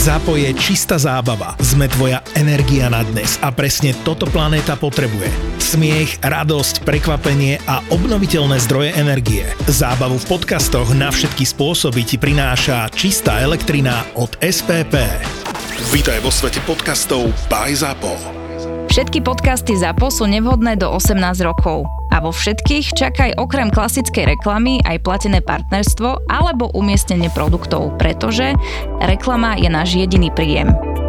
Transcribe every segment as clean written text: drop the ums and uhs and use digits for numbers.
ZAPO je čistá zábava. Sme tvoja energia na dnes a presne toto planéta potrebuje. Smiech, radosť, prekvapenie a obnoviteľné zdroje energie. Zábavu v podcastoch na všetky spôsoby ti prináša čistá elektrina od SPP. Vítaj vo svete podcastov by ZAPO. Všetky podcasty ZAPO sú nevhodné do 18 rokov. A vo všetkých čakaj okrem klasickej reklamy aj platené partnerstvo alebo umiestnenie produktov, pretože reklama je náš jediný príjem.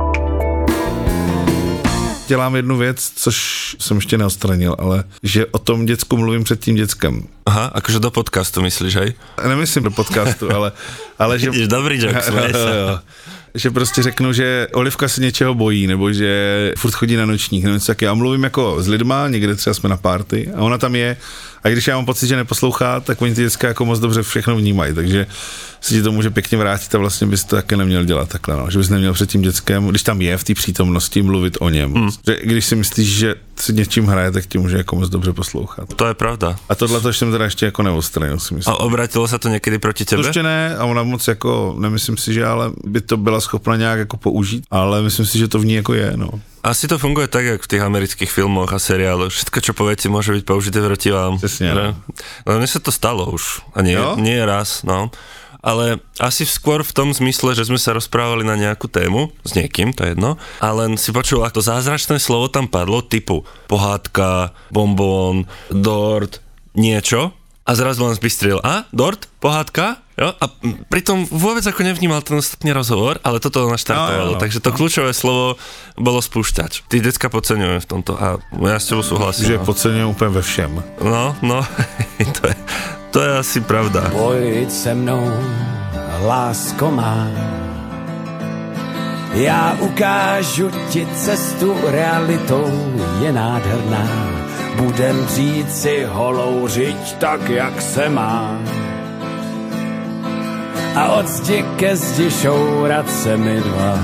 Dělám jednu věc, což jsem ještě neodstranil, ale že o tom děcku mluvím před tím děckem. Aha, akože do podcastu myslíš, hej? Nemyslím do podcastu, ale že... Vidíš, dobrý joke, jo. Že prostě řeknu, že Olivka se něčeho bojí, nebo že furt chodí na nočník, nebo něco taky. Já mluvím jako s lidma, někde třeba jsme na party a ona tam je a když já mám pocit, že neposlouchá, tak oni ty děcka jako moc dobře všechno vnímají, takže se ti to může pěkně vrátit a vlastně bys to taky neměl dělat takhle, no. Že bys neměl před tím dětskem, když tam je v té přítomnosti, mluvit o něm. Že když si myslíš, že si něčím hraje, tak ti může jako moc dobře poslouchat. To je pravda. A tohle to jsem teda ještě jako neodstranil, si myslím. A obrátilo se to někdy proti tebe? Ještě ne, a ona moc jako, nemyslím si, že ale by to byla schopna nějak jako použít, ale myslím si, že to v ní jako je, no. Asi to funguje tak, jak v tých amerických filmoch a seriáloch. Všetko, čo poviete, môže byť použité proti vám. Přesně. No mne sa to stalo už. A nie raz, no. Ale asi skôr v tom zmysle, že sme sa rozprávali na nejakú tému s niekým, to je jedno, a len si počul, ako to zázračné slovo tam padlo, typu pohádka, bonbon, dort, niečo, a zrazu len zbystril, dort, pohádka, jo, a pritom vôbec ako nevnímal ten ostatný rozhovor, ale toto naštartovalo, takže to kľúčové slovo bolo spúšťač. Tí decka podceňujú v tomto a ja s tebou súhlasím. Že podceňujú úplne ve všem. No, to je asi pravda. Pojď se mnou, lásko má, já ukážu ti cestu, realitou je nádherná. Budem dřít si holou řiď tak, jak se má. A od zdi ke zdi šourat se mi dva.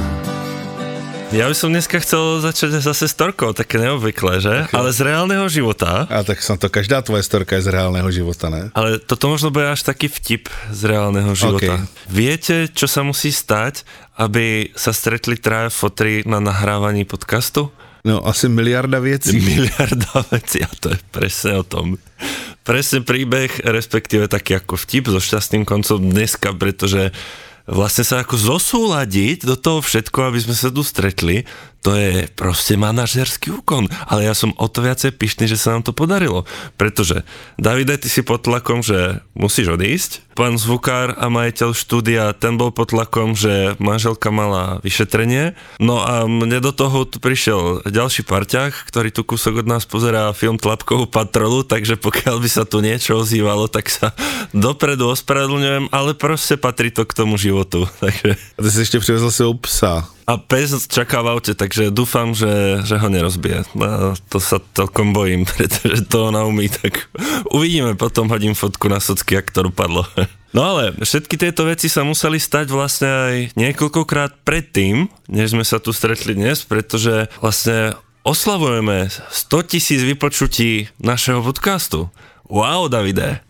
Ja by som dneska chcel začať zase storkou, také neobvyklé, že? Okay. Ale z reálneho života. A tak som to, každá tvoje storka je z reálneho života, ne? Ale toto možno bude až taký vtip z reálneho života. Okay. Viete, čo sa musí stať, aby sa stretli traja fotry na nahrávaní podcastu? No, asi miliarda vecí. Miliarda vecí, a to je presne o tom. Presne príbeh, respektíve taký ako vtip so šťastným koncom dneska, pretože vlastne sa ako zosúladiť do toho všetko, aby sme sa tu stretli, to je proste manažerský úkon. Ale ja som o to viacej pyšný, že sa nám to podarilo. Pretože, Davide, ty si pod tlakom, že musíš odísť. Pán zvukár a majiteľ štúdia, ten bol pod tlakom, že manželka mala vyšetrenie. No a mne do toho tu prišiel ďalší parťák, ktorý tu kúsok od nás pozerá film Tlapkovú patrolu, takže pokiaľ by sa tu niečo ozývalo, tak sa dopredu ospravedlňujem, ale proste patrí to k tomu životu. Takže... A ty si ešte privezol svojho psa. A pes čaká v aute, takže dúfam, že ho nerozbije. No, to sa celkom bojím, pretože to ona umí, tak uvidíme, potom hodím fotku na socky, jak to dopadlo. No ale všetky tieto veci sa museli stať vlastne aj niekoľkokrát predtým, než sme sa tu stretli dnes, pretože vlastne oslavujeme 100 000 vypočutí našeho podcastu. Wow, Davide!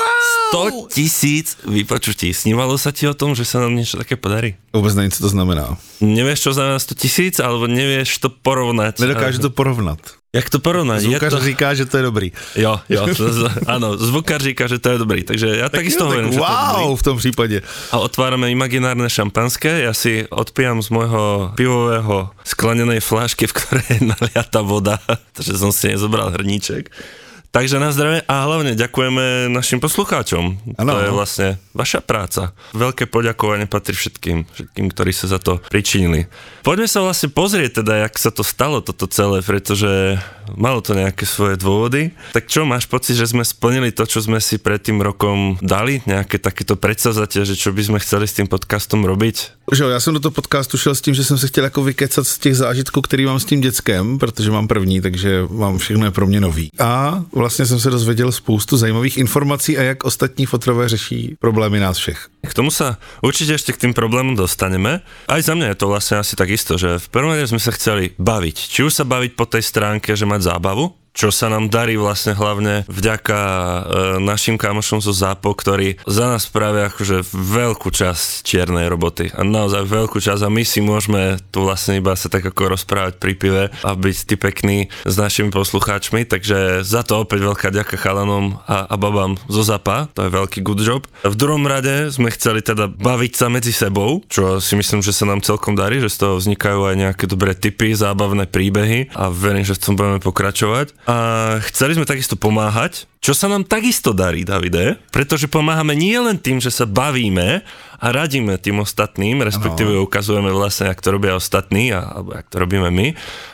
Wow! 100 000 vypočutí. Snívalo sa ti o tom, že sa nám niečo také podarí? Vôbec neviem, co to znamená. Nevieš, čo znamená 100 000, alebo nevieš to porovnať? Nedokážu to porovnať. Jak to porovnať? Zvukár říká, že to je dobrý. Jo, áno, zvukár říká, že to je dobrý, takže ja takisto hovorím, že to je dobrý. V tom prípade. A otvárame imaginárne šampanské, ja si odpijam z môjho pivového sklenenej fľašky, v ktorej je naliata voda, takže som si nezobral hrníček. Takže na zdravie a hlavne ďakujeme našim poslucháčom. Ano. To je vlastne vaša práca. Veľké poďakovanie patrí všetkým, ktorí sa za to pričinili. Poďme sa vlastne pozrieť teda, jak sa to stalo toto celé, pretože malo to nejaké svoje dôvody. Tak čo, máš pocit, že sme splnili to, čo sme si pred tým rokom dali? Nejaké takéto predsavzatie, že čo by sme chceli s tým podcastom robiť? Jo, já jsem do toho podcastu šel s tím, že jsem se chtěl jako vykecat z těch zážitků, který mám s tím dětskem, protože mám první, takže mám všechno je pro mě nový. A vlastně jsem se dozvěděl spoustu zajímavých informací a jak ostatní fotrové řeší problémy nás všech. K tomu sa určite ešte k tým problémom dostaneme. Aj za mňa je to vlastne asi tak isto, že v prvom rade sme sa chceli baviť. Či už sa baviť po tej stránke, že mať zábavu, čo sa nám darí vlastne hlavne vďaka našim kamošom zo ZAPO, ktorí za nás spravia akože veľkú časť čiernej roboty a naozaj veľkú časť a my si môžeme tu vlastne iba sa tak ako rozprávať pri pive a byť tí pekní s našimi poslucháčmi, takže za to opäť veľká ďaká chalanom a babám zo ZAPA, to je veľký good job. V druhom rade sme chceli teda baviť sa medzi sebou, čo si myslím, že sa nám celkom darí, že z toho vznikajú aj nejaké dobré tipy, zábavné príbehy a verím, že v tom budeme pokračovať. A chceli sme takisto pomáhať, čo sa nám takisto darí, Davide, pretože pomáhame nie len tým, že sa bavíme a radíme tým ostatným, respektíve ukazujeme vlastne, jak to robia ostatní alebo jak to robíme my,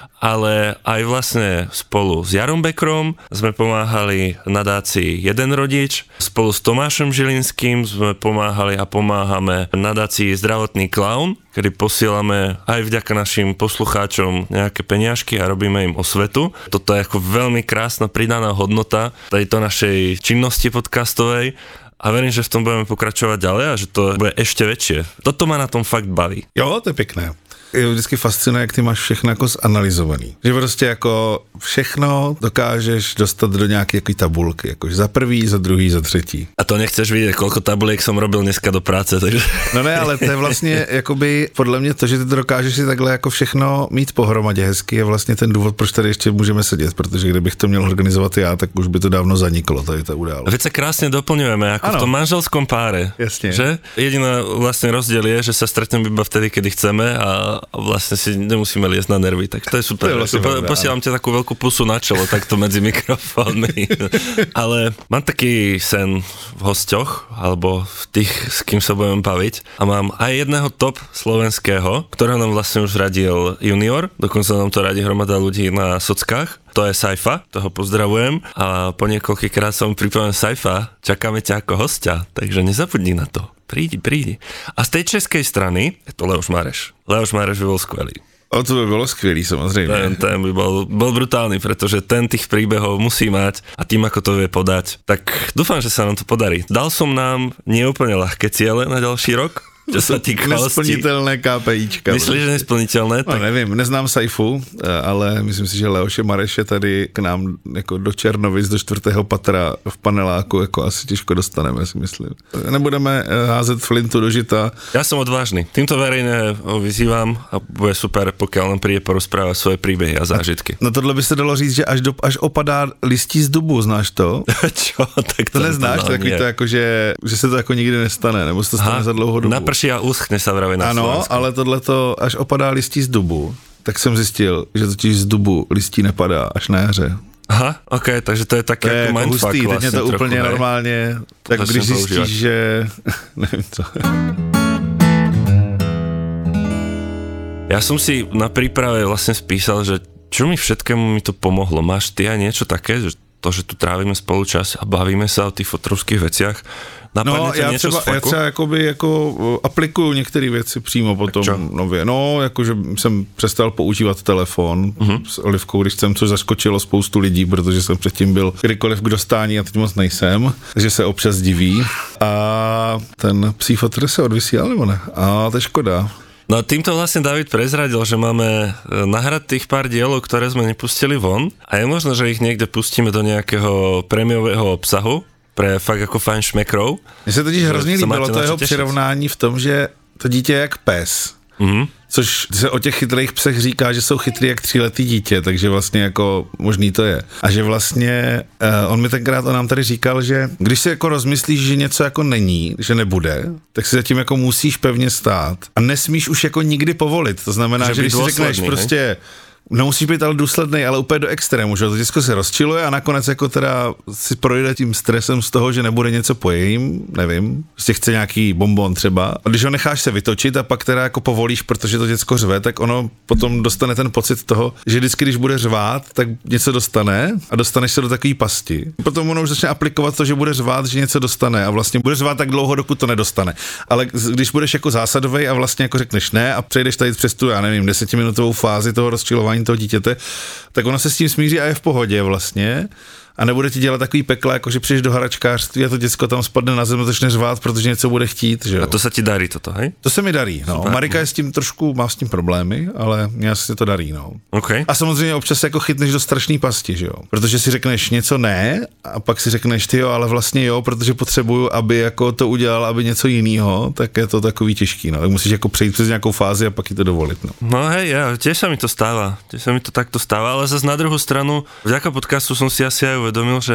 ale aj vlastne spolu s Jarom Bekrom sme pomáhali nadácii Jeden rodič, spolu s Tomášom Žilinským sme pomáhali a pomáhame nadácii Zdravotný klaun, kedy posielame aj vďaka našim poslucháčom nejaké peniažky a robíme im osvetu. Toto je ako veľmi krásna pridaná hodnota tejto našej činnosti podcastovej a verím, že v tom budeme pokračovať ďalej a že to bude ešte väčšie. Toto ma na tom fakt baví. Jo, to je pěkné. Je vždycky fascinuje, jak ty máš všechno jako zanalizovaný. Že prostě jako všechno dokážeš dostat do nějaké jako tabulky, jakože za prvý, za druhý, za třetí. A to nechceš vidět, koľko tabuliek som robil dneska do práce, takže... No ne, ale to je vlastně jakoby podle mě to, že ty to dokážeš si takhle jako všechno mít pohromadě hezky, je vlastně ten důvod, proč tady ještě můžeme sedět, protože kdybych to měl organizovat já, tak už by to dávno zaniklo, tady ta událost. Veď sa krásne doplňujeme, ako v tom manželskom páre. Jasne. Že? Jediná vlastne rozdiel je, že sa stretneme iba vtedy, kedy chceme a vlastne si nemusíme liesť na nervy, tak to je super. To je vlastne Posielam ťa takú veľkú pusu na čelo, takto medzi mikrofónmi. Ale mám taký sen v hosťoch, alebo v tých, s kým sa budeme baviť. A mám aj jedného top slovenského, ktorého nám vlastne už radil junior, dokonca nám to radí hromada ľudí na sockách. To je Saifa, toho pozdravujem a po niekoľkýkrát som pripomenul Saifa, čakáme ťa ako hostia, takže nezabudni na to. Prídi. A z tej českej strany je to Leoš Mareš. Leoš Mareš by bol skvelý. O, to by bylo skvělý, samozřejmě. Ten by bol brutálny, pretože ten tých príbehov musí mať a tým, ako to vie podať, tak dúfam, že sa nám to podarí. Dal som nám neúplne ľahké ciele na ďalší rok, čo sa týka nesplnitelné KPIčka. Myslíš, že nesplnitelné? No, nevím, neznám Saifu, ale myslím si, že Leoše Mareše tady k nám jako do Černovic, do 4. patra v paneláku jako asi těžko dostaneme, si myslím. Nebudeme házet flintu do žita. Ja som odvážny. Týmto verejne ho vyzývam a bude super, pokiaľ nám príde porozprávať svoje príbehy a zážitky. No tohle by se dalo říct, že až opadá listí z dubu, znáš to? Čo? Tak to neznáš, takový to jako, že se to jako nikdy nestane, nebo se to stane za dlouhou dobu. Naprší a uschne sa vraví na Slovensku. Ano, ale tohleto, až opadá listí z dubu, tak jsem zjistil, že totiž z dubu listí nepadá až na jaře. Aha, ok, takže to je také to jako mindfuck hustý, vlastně. Teď mě to úplně trochu, normálně, tak když zjistíš, že... nevím co. Ja som si na príprave vlastne spísal, že čo mi všetkému mi to pomohlo. Máš ty aj niečo také, že to, že tu trávime spolu čas a bavíme sa o tých fotrovských veciach? No, já třeba jakoby jako aplikuju některé věci přímo potom nově. No, jakože jsem přestal používat telefon s Olivkou, když jsem, což zaskočilo spoustu lidí, protože jsem předtím byl kdykoliv k dostání a teď moc nejsem, takže se občas diví. A ten psí fotr se odvysílal, nebo ne? A to je škoda. No týmto vlastne David prezradil, že máme nahrať tých pár dielov, ktoré sme nepustili von a je možno, že ich niekde pustíme do nejakého prémiového obsahu pre fakt jako fajn šmekrov. Mně se totiž hrozně líbilo to jeho přirovnání v tom, že to dítě je jak pes. Což se o těch chytrých psech říká, že jsou chytrý jak 3letý dítě, takže vlastně jako možný to je. A že vlastně on mi tenkrát nám tady říkal, že když si jako rozmyslíš, že něco jako není, že nebude, tak si zatím jako musíš pevně stát a nesmíš už jako nikdy povolit. To znamená, že když si řekneš prostě nemusíš být ale důslednej, ale úplně do extrému, že to děcko se rozčiluje a nakonec jako teda si projde tím stresem z toho, že nebude něco po jejím, nevím, prostě chce nějaký bonbon třeba. A když ho necháš se vytočit a pak teda jako povolíš, protože to děcko řve, tak ono potom dostane ten pocit toho, že vždycky, když bude řvát, tak něco dostane a dostaneš se do takové pasti. Potom ono už začne aplikovat to, že bude řvát, že něco dostane a vlastně bude řvát tak dlouho, dokud to nedostane. Ale když budeš jako zásadový a vlastně jako řekneš ne a přejdeš tady přes tu, já nevím, 10minutovou fázi toho rozčilování toho dítěte, tak ono se s tím smíří a je v pohodě vlastně. a nebude ti dělat takový pekla, jako že přijdeš do hračkářství a to děcko tam spadne na zem a začne řvát, protože něco bude chtít, že jo. A to se ti darí toto, hej? To se mi darí, no. Super. Marika je s tím trošku, má s tím problémy, ale mně se to darí, no. Okay. A samozřejmě občas jako chytneš do strašný pasti, že jo. Protože si řekneš něco ne a pak si řekneš ty jo, ale vlastně jo, protože potřebuju, aby jako to udělal, aby něco jiného, tak je to takový těžký, no. Tak musíš jako přejít přes nějakou fázi a pak ti to dovolit, no. No hej, ja, tiež sa mi to takto stáva, ale zase na druhú stranu, vďaka podcastu som si asi aj uvedomil, že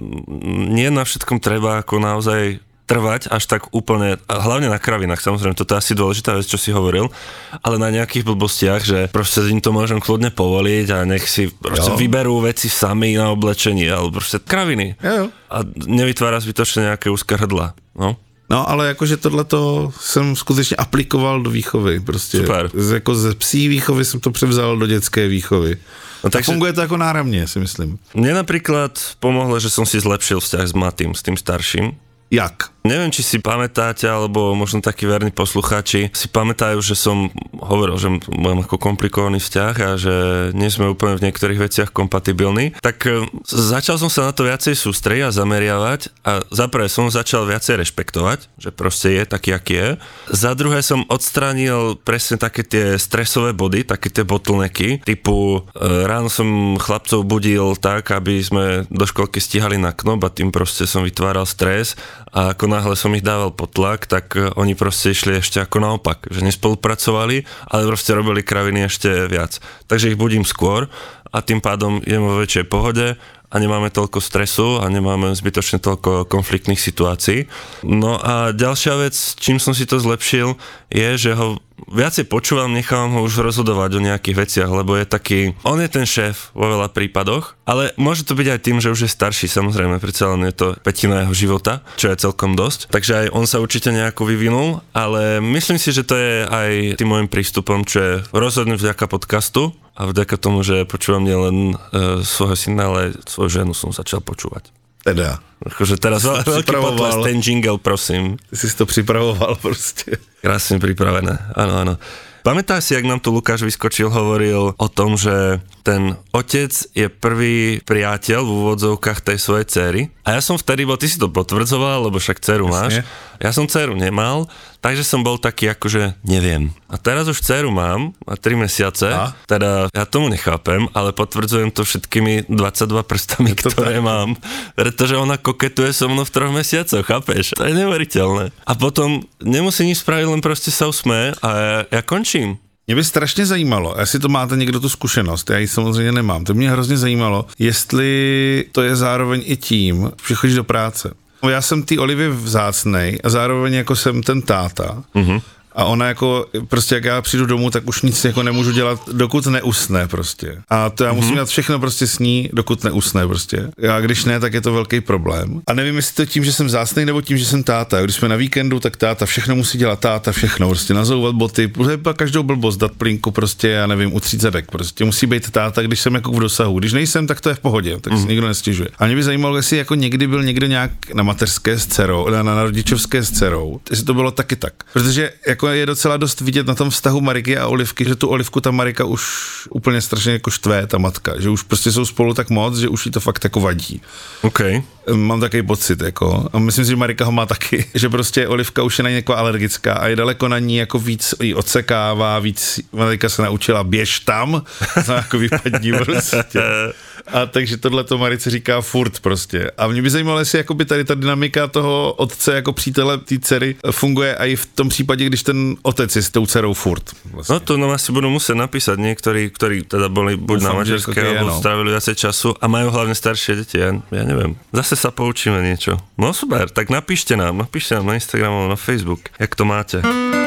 nie na všetkom treba ako naozaj trvať až tak úplne, hlavne na kravinách, samozrejme, toto je asi dôležitá vec, čo si hovoril, ale na nejakých blbostiach, že proste im to môžem kľudne povoliť a nech si proste vyberú veci sami na oblečenie, alebo proste kraviny. Jo. A nevytvára zbytočne nejaké úzké hrdla, no. No, ale jakože tohleto jsem skutečně aplikoval do výchovy, prostě. Super. Jako ze psí výchovy jsem to převzal do dětské výchovy. No, takže funguje to jako náramně, si myslím. Mne napríklad pomohlo, že som si zlepšil vzťah s Matým, s tým starším. Jak? Neviem, či si pamätáte, alebo možno takí verní poslucháči si pamätajú, že som hovoril, že mám ako komplikovaný vzťah a že nie sme úplne v niektorých veciach kompatibilní. Tak začal som sa na to viacej sústrediť a zameriavať a za prvé som začal viacej rešpektovať, že proste je taký, aký je. Za druhé som odstránil presne také tie stresové body, také tie bottlenecky, typu ráno som chlapcov budil tak, aby sme do školky stíhali na knop a tým proste som vytváral stres. A ako náhle som ich dával pod tlak, tak oni proste išli ešte ako naopak, že nespolupracovali, ale proste robili kraviny ešte viac. Takže ich budím skôr a tým pádom idem vo väčšej pohode a nemáme toľko stresu a nemáme zbytočne toľko konfliktných situácií. No a ďalšia vec, čím som si to zlepšil, je, že ho viacej počúvam, nechávam ho už rozhodovať o nejakých veciach, lebo je taký, on je ten šéf vo veľa prípadoch, ale môže to byť aj tým, že už je starší, samozrejme, predsa len je to pätina jeho života, čo je celkom dosť, takže aj on sa určite nejako vyvinul, ale myslím si, že to je aj tým môjim prístupom, čo je rozhodne vďaka podcastu a vďaka tomu, že počúvam nielen svojho syna, ale svoju ženu som začal počúvať. Teda. Akože teraz veľký potles, ten jingle, prosím. Ty si to připravoval prostě. Krásne pripravené, áno, áno. Pamätáš si, jak nám tu Lukáš Vyskočil hovoril o tom, že ten otec je prvý priateľ v úvodzovkách tej svojej dcery? A ja som vtedy, bo ty si to potvrdzoval, lebo však dceru máš. Ja som dceru nemal, takže som bol taký akože neviem. A teraz už dceru mám, a 3 mesiace, teda ja tomu nechápem, ale potvrdzujem to všetkými 22 prstami, ktoré mám. Pretože ona koketuje so mnou v 3 mesiacoch, chápeš? To je neuveriteľné. A potom nemusí nič spraviť, len proste sa usmeje a ja končím. Mě by strašně zajímalo, jestli to máte někdo tu zkušenost, já ji samozřejmě nemám, to mě hrozně zajímalo, jestli to je zároveň i tím, že chodíš do práce. Já jsem té Olivy vzácnej a zároveň jako jsem ten táta. Mm-hmm. A ona jako, prostě jak já přijdu domů, tak už nic jako nemůžu dělat, dokud neusne prostě. A to já musím dělat všechno prostě s ní, dokud neusne prostě. A když ne, tak je to velký problém. A nevím, jestli to tím, že jsem vzácnej, nebo tím, že jsem táta. Když jsme na víkendu, tak táta všechno musí dělat, táta všechno, prostě nazouvat boty, každou blbost, dát plínku prostě, já nevím, utřít zadek, prostě musí být táta, když jsem jako v dosahu. Když nejsem, tak to je v pohodě, tak se nikdo nestěžuje. A mě by zajímalo, jestli jako někdy byl někdo nějak na mateřské s dcerou, na rodičovské s dcerou, jestli to bylo taky tak. Protože jako je docela dost vidět na tom vztahu Mariky a Olivky, že tu Olivku ta Marika už úplně strašně jako štve, ta matka, že už prostě jsou spolu tak moc, že už jí to fakt jako vadí. Okay. Mám takový pocit, jako, a myslím si, že Marika ho má taky, že prostě Olivka už je na ní jako alergická a je daleko na ní jako víc jí odsekává, víc, Marika se naučila běž tam, jako vypadní prostě. A takže tohle to Marice říká furt prostě. A mě by zajímalo, jestli jakoby tady ta dynamika toho otce jako přítele té dcery funguje i v tom případě, když ten otec je s tou dcerou furt. Vlastně. No to nám asi budú musieť napísať niektorí, ktorí teda boli buď na materskej, alebo strávili viacej času a majú hlavne staršie deti. Ja neviem. Zase sa poučíme niečo. No super, tak napíšte nám na Instagramu, na Facebook, jak to máte.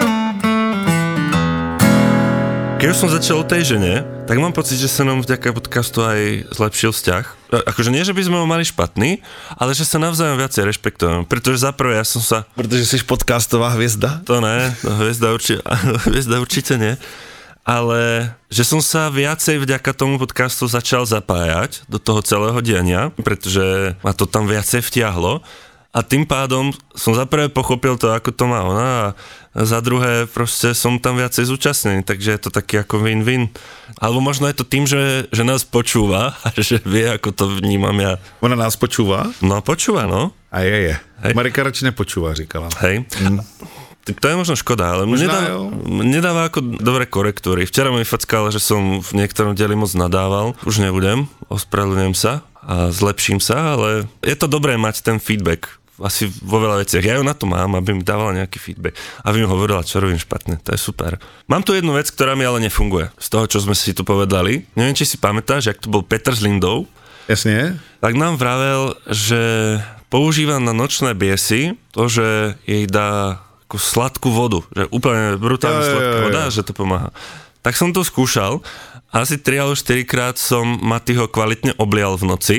Keď už som začal o tej žene, tak mám pocit, že sa nám vďaka podcastu aj zlepšil vzťah. Akože nie, že by sme ho mali špatný, ale že sa navzájom viacej rešpektujeme. Pretože zaprvé ja som sa... Protože jsi podcastová hviezda? To ne, hviezda určite nie. Ale že som sa viacej vďaka tomu podcastu začal zapájať do toho celého diania, pretože ma to tam viacej vtiahlo. a tým pádom som za prvé pochopil to, ako to má ona a za druhé proste som tam viacej zúčastnený, takže je to taký ako win-win. Alebo možno je to tým, že nás počúva a že vie, ako to vnímam ja. Ona nás počúva? No počúva, no. A je. Marika radši nepočúva, říkala. Hej. Tak to je možno škoda, ale nedáva ako dobré korektúry. Včera mi fackal, že som v niektorom dieli moc nadával. Už nebudem, ospravedlňujem sa a zlepším sa, ale je to dobré mať ten feedback. Asi vo veľa veciach. Ja ju na to mám, aby mi dávala nejaký feedback. Aby mi hovorila, čo robím špatne. To je super. Mám tu jednu vec, ktorá mi ale nefunguje. Z toho, čo sme si tu povedali. Neviem, či si pamätáš, jak tu bol Petr s Lindou. Jasne. Tak nám vravel, že používa na nočné biesy to, že jej dá ako sladkú vodu. Že úplne brutálne sladká voda, že to pomáha. Tak som to skúšal. Asi 3 alebo 4 krát som Matyho kvalitne oblial v noci.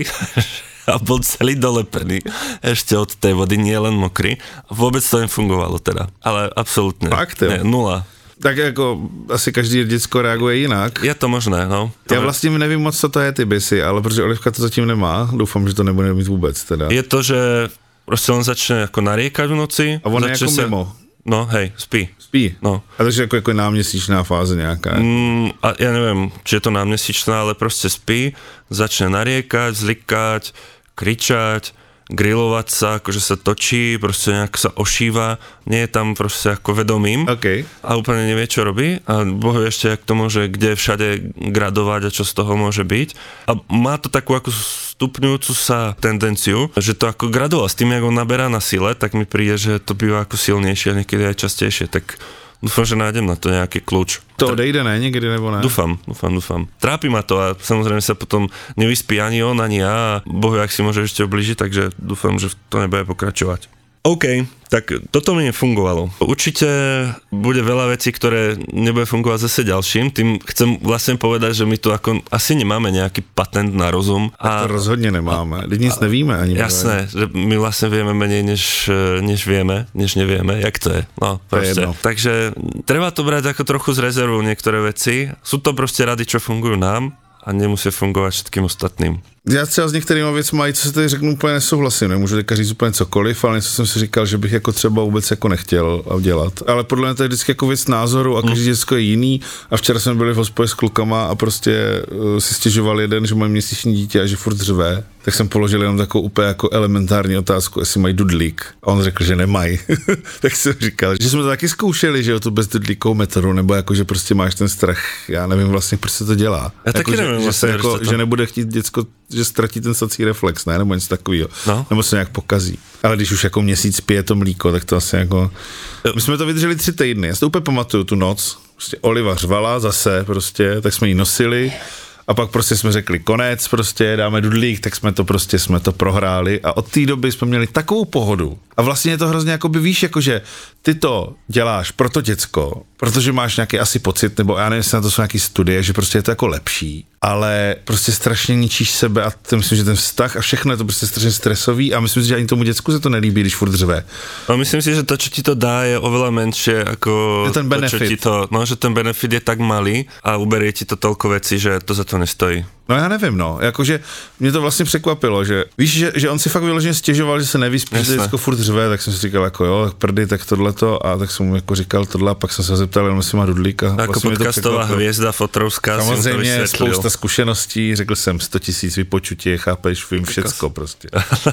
A bol celý dolepený ešte od tej vody, nie len mokrý. Vôbec to nefungovalo teda, ale absolútne. Fakt, jo? Ne, nula. Tak jako asi každý děcko reaguje jinak. Je to možné, no. Já vlastně nevím moc, co to je ty bisy, ale protože Olivka to zatím nemá, doufám, že to nebude mít vůbec teda. Je to, že prostě on začne jako nariekať v noci. A on je jako mimo. No hej, spí. No. A takže jako náměsíčná fáze nějaká. A ja neviem, či je to náměsíčná, ale prostě spí, začne nariekať, zlikať, kričať, grilovať sa, akože sa točí, proste nejak sa ošíva, nie je tam proste ako vedomým a úplne nevie, čo robí a Boh ešte, jak to môže, kde všade gradovať a čo z toho môže byť. A má to takú ako stupňujúcu sa tendenciu, že to ako gradoval s tým, jak on naberá na sile, tak mi príde, že to býva ako silnejšie a niekedy aj častejšie, tak dúfam, že nájdem na to nejaký kľúč. To odejde, ne? Niekedy nebo ne? Dúfam. Trápi ma to a samozrejme sa potom nevyspí ani on, ani ja a Bohu, jak si môže ešte oblížiť, takže dúfam, že to nebude pokračovať. OK, tak toto mi nefungovalo. Určite bude veľa vecí, ktoré nebude fungovať zase ďalším. Tým chcem vlastne povedať, že my tu ako asi nemáme nejaký patent na rozum. A to rozhodne nemáme. Lidi nic nevíme ani. Jasné, že my vlastne vieme menej, než vieme, než nevieme, jak to je. No, proste. Takže treba to brať ako trochu z rezervu niektoré veci. Sú to proste rady, čo fungujú nám a nemusí fungovat všetkým ostatným. Já třeba s některými věcmi, co se tady řeknu, úplně nesouhlasím. Nemůžu teďka říct úplně cokoliv, ale něco jsem si říkal, že bych jako třeba vůbec jako nechtěl dělat. Ale podle mě to je vždycky jako věc názoru a každý děcko je jiný. A včera jsme byli v hospodě s klukama a prostě si stěžoval jeden, že mají měsíční dítě a že furt řve. Tak jsem položil jenom takovou úplně jako elementární otázku, jestli mají dudlík. A on řekl, že nemají. Tak jsem říkal, že jsme to taky zkoušeli, že jo, tu bezdudlíkovou metodu, nebo jako, že prostě máš ten strach. Já nevím vlastně, proč se to dělá. Já taky nevím, že se jako, že nebude chtít děcko, že ztratí ten sací reflex, ne? Nebo něco takového. No. Nebo se nějak pokazí. Ale když už jako měsíc pije to mlíko, tak to asi jako... My jsme to vydrželi 3 týdny. Já si to úplně pamatuju, tu noc. Prostě Oliva řvala zase prostě, tak jsme ji nosili. A pak prostě jsme řekli konec, prostě dáme dudlík, tak jsme to prohráli a od té doby jsme měli takovou pohodu. A vlastně je to hrozně jakoby víš, jakože ty to děláš pro to děcko, protože máš nějaký asi pocit, nebo já nevím, jestli na to jsou nějaký studie, že prostě je to jako lepší, ale prostě strašně ničíš sebe a to myslím, že ten vztah a všechno je to prostě strašně stresový a myslím si, že ani tomu děcku se to nelíbí, když furt řve. No myslím si, že to, čo ti to dá, je oveľa menšie ako je ten benefit. To, čo ti to, no, že ten benefit je tak malý a uberie ti to toľko vecí, že to za to nestojí. No já nevím, no, jakože mě to vlastně překvapilo, že víš, že on si fakt vyloženě stěžoval, že se nevyspí, že děcko furt řve, tak jsem si říkal jako jo, tak prdy, tak tohleto a tak jsem mu jako říkal tohle a pak jsem se zeptal, jenom si má dudlík a jako vlastně podcastová hvězda Fotrovská. Samozřejmě spousta zkušeností, řekl jsem 100 000 vypočutí, chápeš, vím všecko prostě.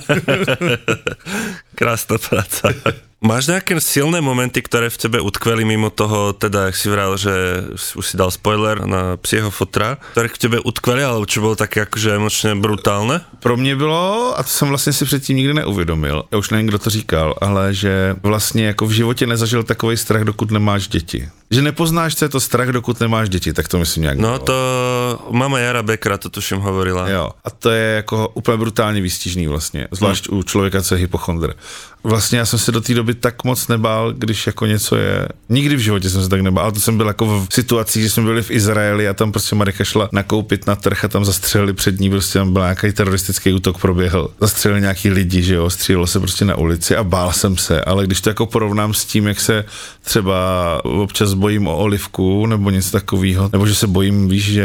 Krásna práca. Máš nejaké silné momenty, ktoré v tebe utkveli mimo toho, teda, jak si vral, že už si dal spoiler na psieho fotra, ktoré v tebe utkveli, alebo čo bolo také akože emočne brutálne? Pro mě bylo, a to jsem vlastně si předtím nikdy neuvědomil, já už nevím, kdo to říkal, ale že vlastně jako v životě nezažil takovej strach, dokud nemáš děti. Že nepoznáš, co je to strach, dokud nemáš děti, tak to myslím nějak. No to mama Jara Bekra to tuším hovorila. Jo, a to je jako úplně brutálně výstižný vlastně, zvlášť u člověka, co je hypochondr. Vlastně já jsem se do té doby tak moc nebál, když jako něco je. Nikdy v životě jsem se tak nebál, ale to jsem byl jako v situacích, že jsme byli v Izraeli a tam prostě Marika šla nakoupit na trh a tam zastřelili před ní, prostě tam byl nějaký teroristický útok proběhl. Zastřelili nějaký lidi, že jo, střílelo se prostě na ulici a bál jsem se, ale když to jako porovnám s tím, jak se třeba občas bojím o Olivku nebo něco takového, nebo že se bojím, víš, že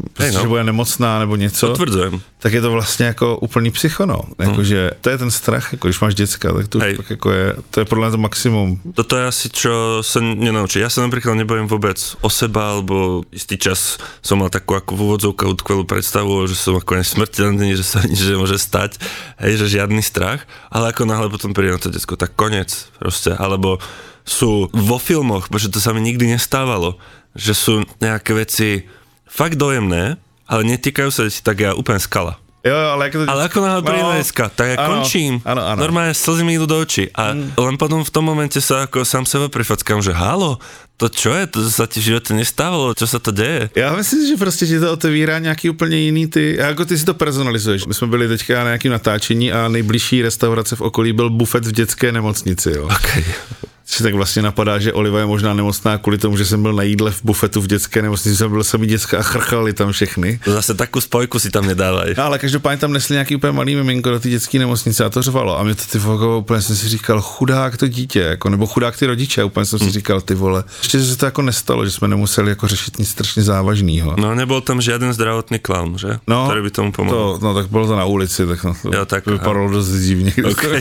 prostě, že bude nemocná nebo něco, potvrdzujem. Tak je to vlastně jako úplný psycho, no. Jakože to je ten strach, jako když máš děcka, tak to už jako to je podľa mňa to maximum. Toto je asi, čo sa nenaučí. Ja sa napríklad nebojím vôbec o seba, alebo istý čas som mal takú ako v úvodzovkách utkvelú predstavu, že som ako nesmrteľný, že sa nič nemôže stať, hej, že žiadny strach, ale ako náhle potom príde na to decko, tak koniec proste, alebo sú vo filmoch, pretože to sa mi nikdy nestávalo, že sú nejaké veci fakt dojemné, ale netýkajú sa deti, tak ja úplne skala. Jo, ale ako náhle príde dneska, tak ja končím. Áno. Normálne slzy mi idú do očí. A len potom v tom momente sa ako sám seba prifackám, že halo, to čo je? To sa ti v živote nestávalo? Čo sa to deje? Já myslím, že prostě ti to otevírá nějaký úplně jiný jako ty si to personalizuješ. My jsme byli teďka na nějakým natáčení a nejbližší restaurace v okolí byl bufet v dětské nemocnici, jo. Okay. Si tak vlastně napadá, že Oliva je možná nemocná kvůli tomu, že jsem byl na jídle v bufetu v dětské nemocnici, jsem byl samý děcka a chrchali tam všechny. To zase takovou spojku si tam nedávají. No, ale každopádně tam nesli nějaký úplně malý miminko do té dětské nemocnice a to řvalo. A mě to ty vole, úplně jsem si říkal, chudák to dítě, jako, nebo chudák ty rodiče, úplně jsem si říkal, ty vole. Ještě se to jako nestalo, že jsme nemuseli jako řešit nic strašně závažného. No, nebyl tam žádný zdravotný klaun, že? No, který by tomu pomohl. No, tak bylo to na ulici, tak to vypadalo dost divně. Okay.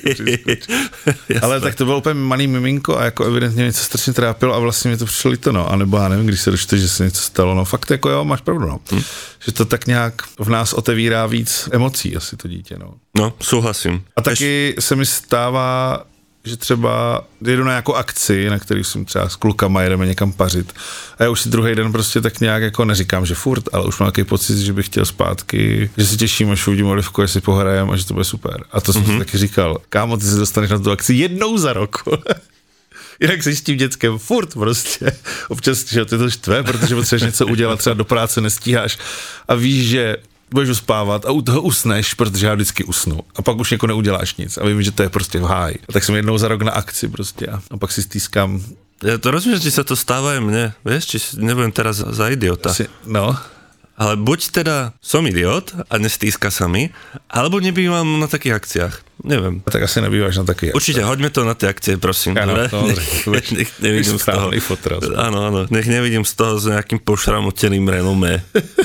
Ale tak to bylo úplně malý miminko a jako evidentně něco strašně trápilo a vlastně mi to přišlo líto, no. A nebo já nevím, když se dočteš, že se něco stalo, no fakt jako jo, máš pravdu, no. Že to tak nějak v nás otevírá víc emocí asi to dítě, no. No, souhlasím. A taky se mi stává, že třeba jedu na nějakou akci, na který jsem třeba s klukama jedeme někam pařit a já už si druhý den prostě tak nějak jako neříkám, že furt, ale už mám takový pocit, že bych chtěl zpátky, že si těším, až uvidím Olivku, až si pohrajem a že to bude super. A to jsem si taky říkal, kámo, ty se dostaneš na tu akci jednou za rok. Jinak jsi s tím dětskem furt prostě. Občas, že ty to štve, protože potřebuješ něco udělat, třeba do práce nestíháš a víš, že budeš uspávat a u toho usneš, protože já vždycky usnu. A pak už jako neuděláš nic a vím, že to je prostě v háji. A tak jsem jednou za rok na akci prostě a pak si stýskám. Ja to rozumiem, či sa to stáva aj mne, vieš, či nebudem teraz za idiota. No. Ale buď teda som idiot a nestýska sa mi, alebo nebývam na takých akciách. Neviem. Tak asi nebývaš na takých. Určite, hoďme to na tie akcie, prosím. Áno, nech nevidím z toho. Áno, nech nevidím z toho s nejakým pošramoteným renomé.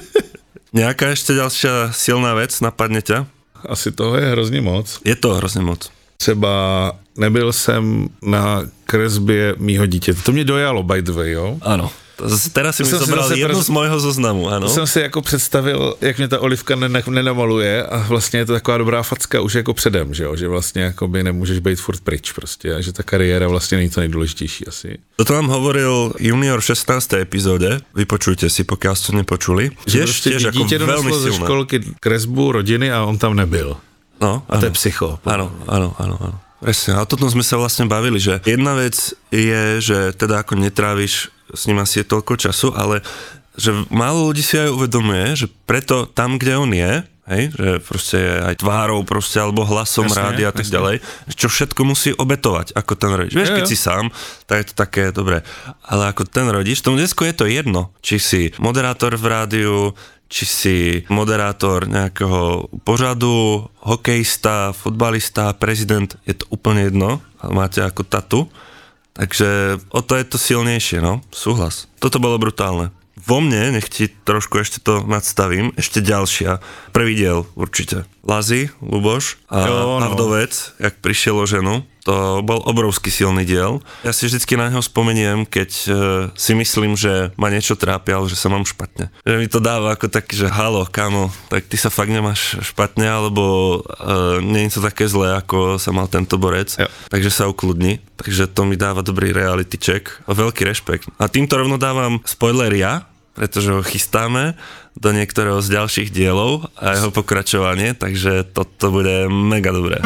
Nejaká ešte ďalšia silná vec napadne ťa? Asi toho je hrozně moc. Je to hrozně moc. Třeba nebyl jsem na kresbě mýho dítěte. To mě dojalo, by the way, jo? Ano. Teraz si mi zobral jednu z mojho zoznamu, ano. To jsem si jako představil, jak mě ta Olivka nenamaluje a vlastně je to taková dobrá facka už jako předem, že jo? Že vlastně jakoby nemůžeš být furt pryč prostě a že ta kariéra vlastně není to nejdůležitější asi. Toto nám hovoril junior v 16. epizóde, vypočujte si, pokiaľ ste nepočuli. Že prostě dítě doneslo ze školky kresbu rodiny a on tam nebyl. No, a to je psycho. Áno. Presne, a o tom sme sa vlastne bavili, že jedna vec je, že teda ako netráviš s ním asi je toľko času, ale že málo ľudí si aj uvedomuje, že preto tam, kde on je, hej, že proste je aj tvárou proste, alebo hlasom rádia a tak ďalej, čo všetko musí obetovať, ako ten rodič. Vieš, keď si sám, tak je to také dobré, ale ako ten rodič, tomu desku je to jedno, či si moderátor v rádiu, či si moderátor nejakého pořadu, hokejista, futbalista, prezident, je to úplne jedno, ale máte ako tatu, takže o to je to silnejšie, no, súhlas. Toto bolo brutálne. Vo mne, nech ti trošku ešte to nadstavím, ešte ďalšia. Prvý diel určite. Lazi, Luboš a Vdovec, jak prišiel o ženu. To bol obrovský silný diel. Ja si vždycky na neho spomeniem, keď si myslím, že ma niečo trápi, ale že sa mám špatne. Že mi to dáva ako taký, že halo, kámo, tak ty sa fakt nemáš špatne, alebo nie je to také zlé, ako sa mal tento borec. Jo. Takže sa ukludni. Takže to mi dáva dobrý reality check a veľký rešpekt. A týmto rovno dávam spoiler ja, pretože ho chystáme do niektorého z ďalších dielov a jeho pokračovanie, takže toto bude mega dobré.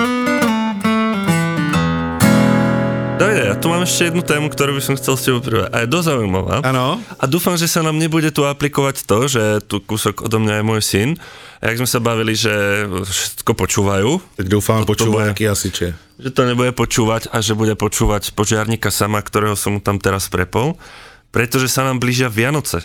Davide, ja tu mám ešte jednu tému, ktorú by som chcel s tebou privať. A je dosť zaujímavá. Áno. A dúfam, že sa nám nebude tu aplikovať to, že tu kúsok odo mňa je môj syn. A jak sme sa bavili, že všetko počúvajú. Tak dúfam, počúva nejaký hasiče. Že to nebude počúvať a že bude počúvať požiarníka sama, ktorého som mu tam teraz prepol. Pretože sa nám blížia Vianoce.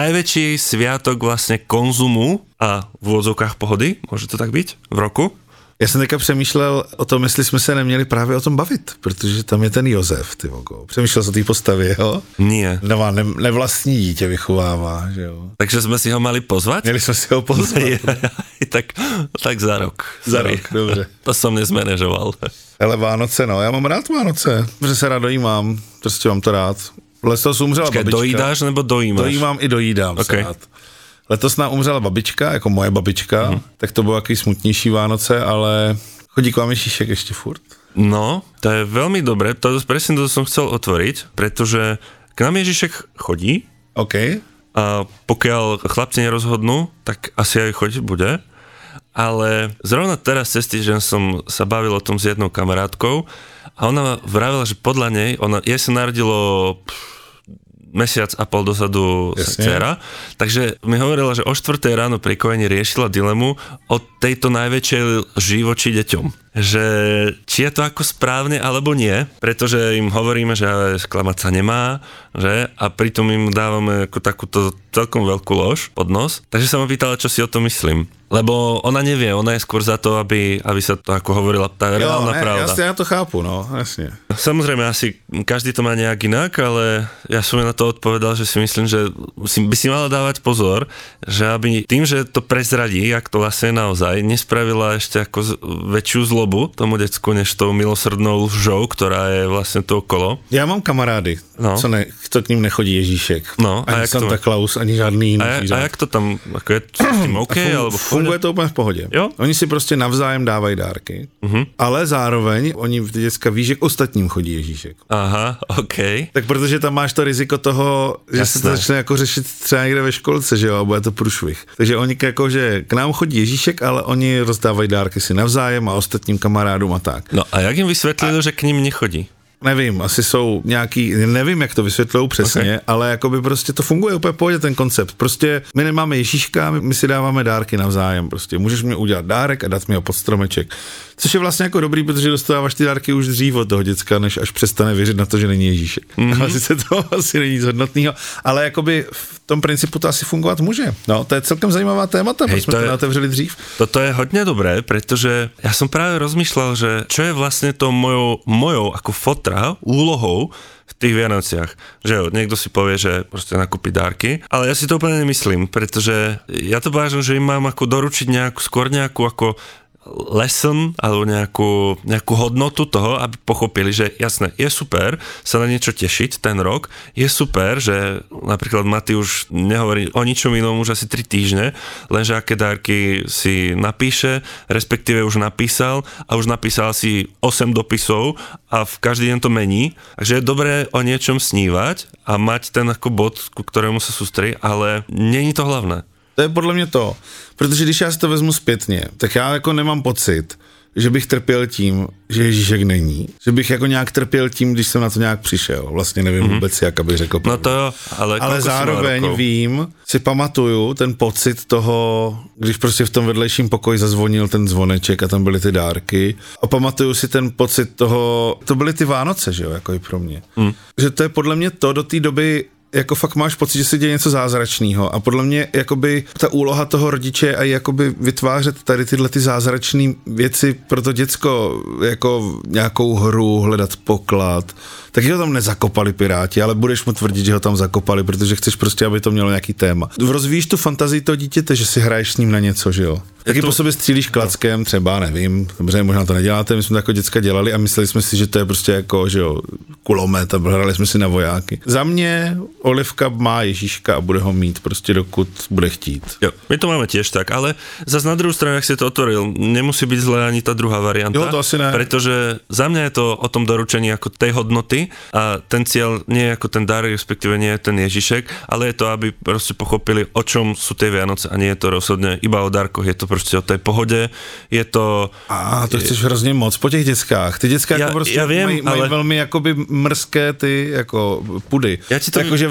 Najväčší sviatok vlastne konzumu a v úvodzovkách pohody, môže to tak byť, v roku. Já jsem teďka přemýšlel o tom, jestli jsme se neměli právě o tom bavit, protože tam je ten Josef, ty vogo. Přemýšlel jsi o té postavě, jo? Nie. No, nevlastní dítě vychovává, že jo? Takže jsme si ho mali pozvať? Měli jsme si ho pozvat. tak za rok. Za rok, dobře. To som nezmanéžoval. Hele, Vánoce, no, já mám rád Vánoce, protože se rád dojímám, prostě mám to rád. Letos umřela babička. Dojídáš nebo dojímáš? Dojímám i dojídám se rád. Letos nám umřela babička, jako moje babička, tak to bylo jaký smutnější Vánoce, ale chodí k vám Ježíšek ještě furt? No, to je veľmi dobré, presne to som chcel otvoriť, pretože k nám Ježíšek chodí. OK. A pokiaľ chlapci nerozhodnú, tak asi aj chodiť bude. Ale zrovna teraz cez týždeň som sa bavil o tom s jednou kamarátkou a ona vravila, že podľa nej, jej sa narodilo mesiac a pol dozadu dcera, takže mi hovorila, že o 4:00 ráno pri kojení riešila dilemu o tejto najväčšej lži voči deťom. Že či je to ako správne alebo nie, pretože im hovoríme, že sklamať sa nemá, že? A pritom im dávame ako takúto celkom veľkú lož pod nos. Takže sa ma pýtala, čo si o tom myslím. Lebo ona nevie, ona je skôr za to, aby sa to ako hovorila tá reálna pravda. Jasne, ja to chápu, no, jasne. Samozrejme, asi každý to má nejak inak, ale ja som na to odpovedal, že si myslím, že by si mala dávať pozor, že aby tým, že to prezradí, jak to vlastne naozaj, nespravila ešte ako väčšiu zlobu tomu decku, než tou milosrdnou lžou, ktorá je vlastne to okolo. Já mám kamarády, kto k ním nechodí Ježíšek. No, ani Santa Claus, ani žádný jiný. A jak to tam, ako je to s tým OK, alebo funguje to úplně v pohodě. Jo? Oni si prostě navzájem dávají dárky, ale zároveň oni ty děcka ví, že k ostatním chodí Ježíšek. Aha, OK. Tak protože tam máš to riziko toho, že se to začne jako řešit třeba někde ve školce, že jo, a bude to průšvih. Takže oni jako, že k nám chodí Ježíšek, ale oni rozdávají dárky si navzájem a ostatním kamarádům a tak. No a jak jim vysvětlili, že k ním nechodí? Nevím, asi jsou nějaký, nevím, jak to vysvětlují přesně, ale jakoby prostě to funguje úplně v pohodě ten koncept. Prostě my nemáme Ježíška, my si dáváme dárky navzájem. Prostě můžeš mi udělat dárek a dát mi ho pod stromeček. Což je vlastně jako dobrý, protože dostáváš ty dárky už dřív od toho děcka, než až přestane věřit na to, že není Ježíšek. Ale sice to asi není nic hodnotného, ale jakoby v tom principu to asi fungovat může. No, to je celkem zajímavá témata, protože jsme to neotevřeli dřív. Toto je hodně dobré, protože já jsem právě rozmýšlel, že čo je vlastně to mojou ako fotra úlohou v tých Vianociach. Že jo, niekto si povie, že proste nakúpi dárky, ale ja si to úplne nemyslím, pretože ja to považujem, že im mám ako doručiť skôr nejakú ako lesson alebo nejakú hodnotu toho, aby pochopili, že jasné, je super sa na niečo tešiť ten rok, je super, že napríklad Mati už nehovorí o ničom inom už asi 3 týždne, lenže aké dárky si napíše, respektíve už napísal a už napísal si 8 dopisov a v každý deň to mení, takže je dobré o niečom snívať a mať ten ako bod, ku ktorému sa sústredí, ale není to hlavné. To je podle mě to, protože když já si to vezmu zpětně, tak já jako nemám pocit, že bych trpěl tím, že Ježíšek není. Že bych jako nějak trpěl tím, když jsem na to nějak přišel. Vlastně nevím vůbec, jak abych řekl. No to jo, ale zároveň vím, si pamatuju ten pocit toho, když prostě v tom vedlejším pokoji zazvonil ten zvoneček a tam byly ty dárky. A pamatuju si ten pocit toho, to byly ty Vánoce, že jo, jako i pro mě. Že to je podle mě to do té doby, jako fakt máš pocit, že se děje něco zázračného a podle mě jakoby ta úloha toho rodiče a jakoby vytvářet tady tyhle ty zázračné věci pro to děcko, jako nějakou hru, hledat poklad, takže ho tam nezakopali Piráti, ale budeš mu tvrdit, že ho tam zakopali, protože chceš prostě, aby to mělo nějaký téma. Rozvíjíš tu fantazii toho dítěte, že si hraješ s ním na něco, že jo? Taky po sobě střílíš klackem, třeba, nevím, dobře, možná to neděláte, my jsme to jako děcka dělali a mysleli jsme si, že to je prostě jako, že jo, kulomet a hrali jsme si na vojáky. Za mě Olivka má Ježíška a bude ho mít prostě dokud bude chtít. Jo, my to máme tiež tak, ale zase na druhou stranu, jak si to otvoril, nemusí byť zlé ani tá druhá varianta. Jo, to asi ne. Pretože za mňa je to o tom doručení ako tej hodnoty a ten cieľ nie je ako ten dar, respektíve nie je ten Ježišek, ale je to, aby proste pochopili, o čom sú tie Vianoce a nie je to rozhodne iba o darkoch, je to proste o tej pohode, je to... To chceš hrozně moc po těch dětskách. Ty děcka jako prostě vím, mají velmi jakoby mrzké ty jako pudy. Takže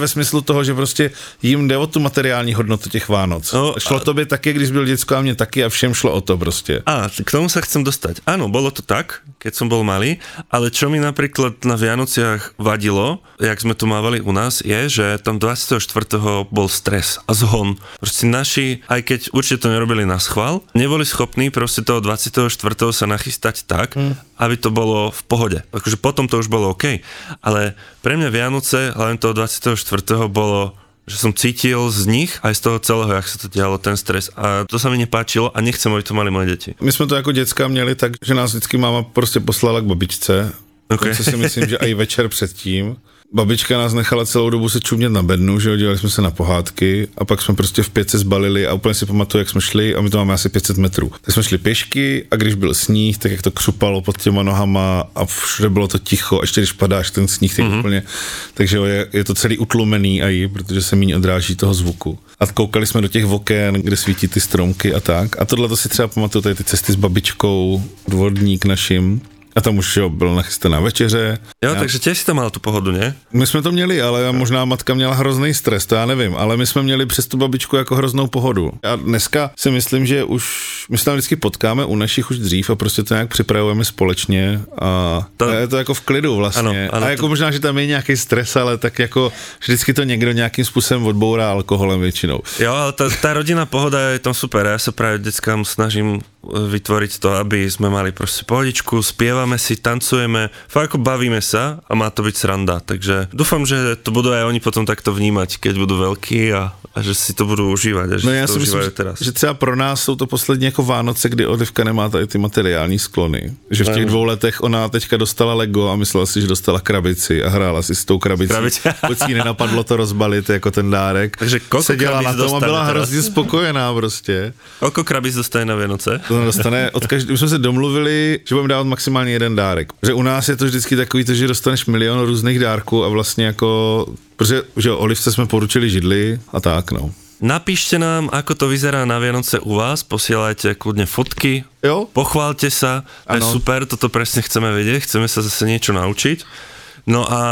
ve smyslu toho, že prostě jim jde o tu materiální hodnotu těch Vánoc. No, šlo tobě taky, když byl děcko a mne taky a všem šlo o to prostě. K tomu sa chcem dostať. Áno, bolo to tak, keď som bol malý, ale čo mi napríklad na Vianociach vadilo, jak sme tu mávali u nás, je, že tam 24. bol stres a zhon. Proste naši, aj keď určite to nerobili na schvál, neboli schopní proste toho 24. sa nachystať tak, aby to bolo v pohode. Akože potom to už bolo OK. Ale pre mňa Vianoce, hlavne toho 24. bolo, že som cítil z nich aj z toho celého, jak sa to dialo, ten stres. A to sa mi nepáčilo a nechcem, aby to mali moje deti. My jsme to jako děcka měli tak, že nás vždycky máma prostě poslala k babičce. Okay. Co si myslím, že i večer předtím. Babička nás nechala celou dobu se čumět na bednu, že jo, dělali jsme se na pohádky a pak jsme prostě v 5 se zbalili a úplně si pamatuju, jak jsme šli a my to máme asi 500 metrů. Tak jsme šli pěšky a když byl sníh, tak jak to křupalo pod těma nohama a všude bylo to ticho, a ještě když padáš ten sníh, tak úplně, takže je to celý utlumený aj, protože se míň odráží toho zvuku. A koukali jsme do těch oken, kde svítí ty stromky a tak. A tohle to si třeba pamatuju, tady ty cesty s babičkou, dvorník našim. A tam už byl nachystaná večeře. Jo, takže tiež si tam mal tu pohodu, ne? My jsme to měli, ale možná matka měla hrozný stres, to já nevím, ale my jsme měli přes tu babičku jako hroznou pohodu. A dneska si myslím, že už, my se tam vždycky potkáme u našich už dřív a prostě to nějak připravujeme společně a je to jako v klidu vlastně. Ano, a jako možná, že tam je nějaký stres, ale tak jako vždycky to někdo nějakým způsobem odbourá alkoholem většinou. Jo, ale tá rodinná pohoda je tam super. Ja sa práve deckám snažím vytvoriť to, aby sme mali proste pohodičku, spievame si, tancujeme, fakt ako bavíme sa a má to byť sranda, takže dúfam, že to budú aj oni potom takto vnímať, keď budú veľkí a že si to budú užívať a že no já to si užívajú myslím, teraz. Že třeba pro nás jsou to poslední jako Vánoce, kdy Olivka nemá tady ty materiální sklony. Že v těch 2 letech ona teďka dostala Lego a myslela si, že dostala krabici a hrála si s tou krabicí. Pokud jí nenapadlo to rozbalit jako ten dárek. Takže seděla na tom a byla hrozně spokojená prostě. Koľko krabic dostane na Vianoce? To dostane my jsme se domluvili, že budeme dávat maximálně jeden dárek. Protože u nás je to vždycky takový, že dostaneš milion různých dárků a vlastně jako, protože že Olivce jsme poručili židli a tak, no. Napíšte nám, ako to vyzerá na Vianoce u vás, posielajte kľudne fotky, jo? Pochválte sa, to je super, toto presne chceme vedieť, chceme sa zase niečo naučiť. No a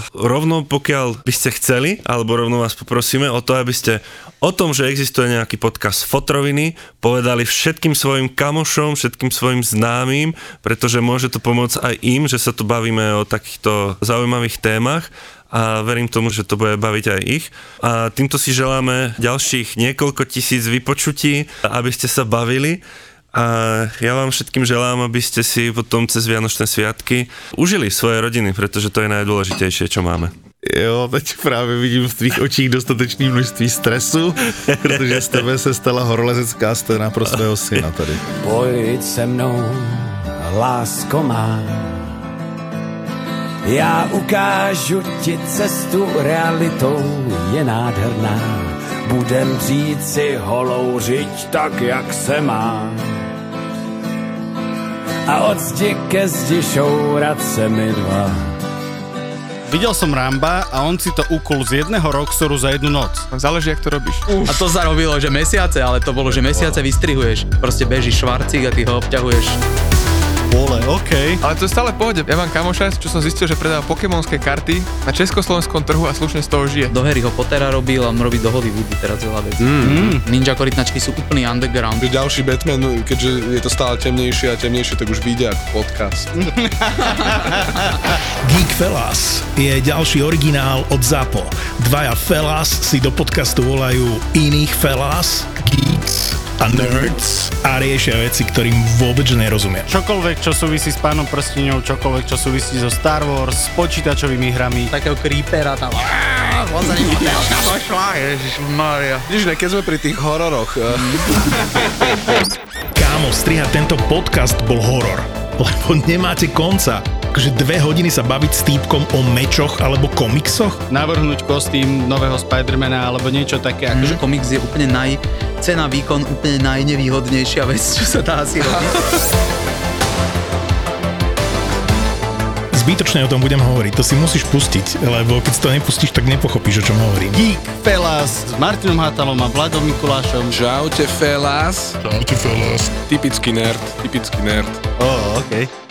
rovno pokiaľ by ste chceli, alebo rovno vás poprosíme o to, aby ste o tom, že existuje nejaký podcast Fotroviny, povedali všetkým svojim kamošom, všetkým svojim známym, pretože môže to pomôcť aj im, že sa tu bavíme o takýchto zaujímavých témach a verím tomu, že to bude baviť aj ich. A týmto si želáme ďalších niekoľko tisíc vypočutí, aby ste sa bavili. A ja vám všetkým želám, aby ste si potom cez Vianočné sviatky užili svoje rodiny, pretože to je najdôležitejšie, čo máme. Jo, teď právě vidím v tvých očích dostatečné množství stresu, protože z tebe se stala horolezecká scéna pro svého syna tady. Pojď se mnou, lásko má, já ukážu ti cestu, realitou je nádherná. Budem dřít si holou řiď tak, jak se má. A od zdi ke zdi šourat se mi dva. Videl som Ramba a on si to ukul z jedného Roxoru za jednu noc. Záleží, jak to robíš. A to sa robilo, že mesiace, ale to bolo, že mesiace vystrihuješ. Proste bežíš švarcík a ty ho obťahuješ. Vole, okej. Ale to je stále v pohode. Ja mám kamoša, čo som zistil, že predáva pokémonské karty na československom trhu a slušne z toho žije. Do Harryho Pottera robil a on robí do Hollywoodu teraz veľa vecí. Ninja korytnačky sú úplný underground. Ďalší Batman, keďže je to stále temnejšie a temnejšie, tak už vyjde ako podcast. Geek Fellas je ďalší originál od ZAPO. Dvaja Fellas si do podcastu volajú iných Fellas, Geeks a Nerds a riešia veci, ktorým vôbec nerozumia. Čokoľvek, čo súvisí s Pánom prsteňov, čokoľvek, čo súvisí so Star Wars, s počítačovými hrami. Takého creepera tam. Ježišmária. Vidíš, keď sme pri tých hororoch. Kámo, strihať tento podcast bol horor, lebo nemáte konca. Akože 2 hodiny sa baviť s týpkom o mečoch alebo komiksoch? Navrhnúť kostým nového Spidermana alebo niečo také. Akože komiks je úplne cena výkon úplne najnevýhodnejšia vec, čo sa dá asi robiť. Zbytočne o tom budem hovoriť, to si musíš pustiť, lebo keď si to nepustíš, tak nepochopíš, o čom hovorím. Geek Fellas s Martinom Hatalom a Vladom Mikulášom. Čaute, Fellas. Čaute, Fellas. Typický nerd. Okej.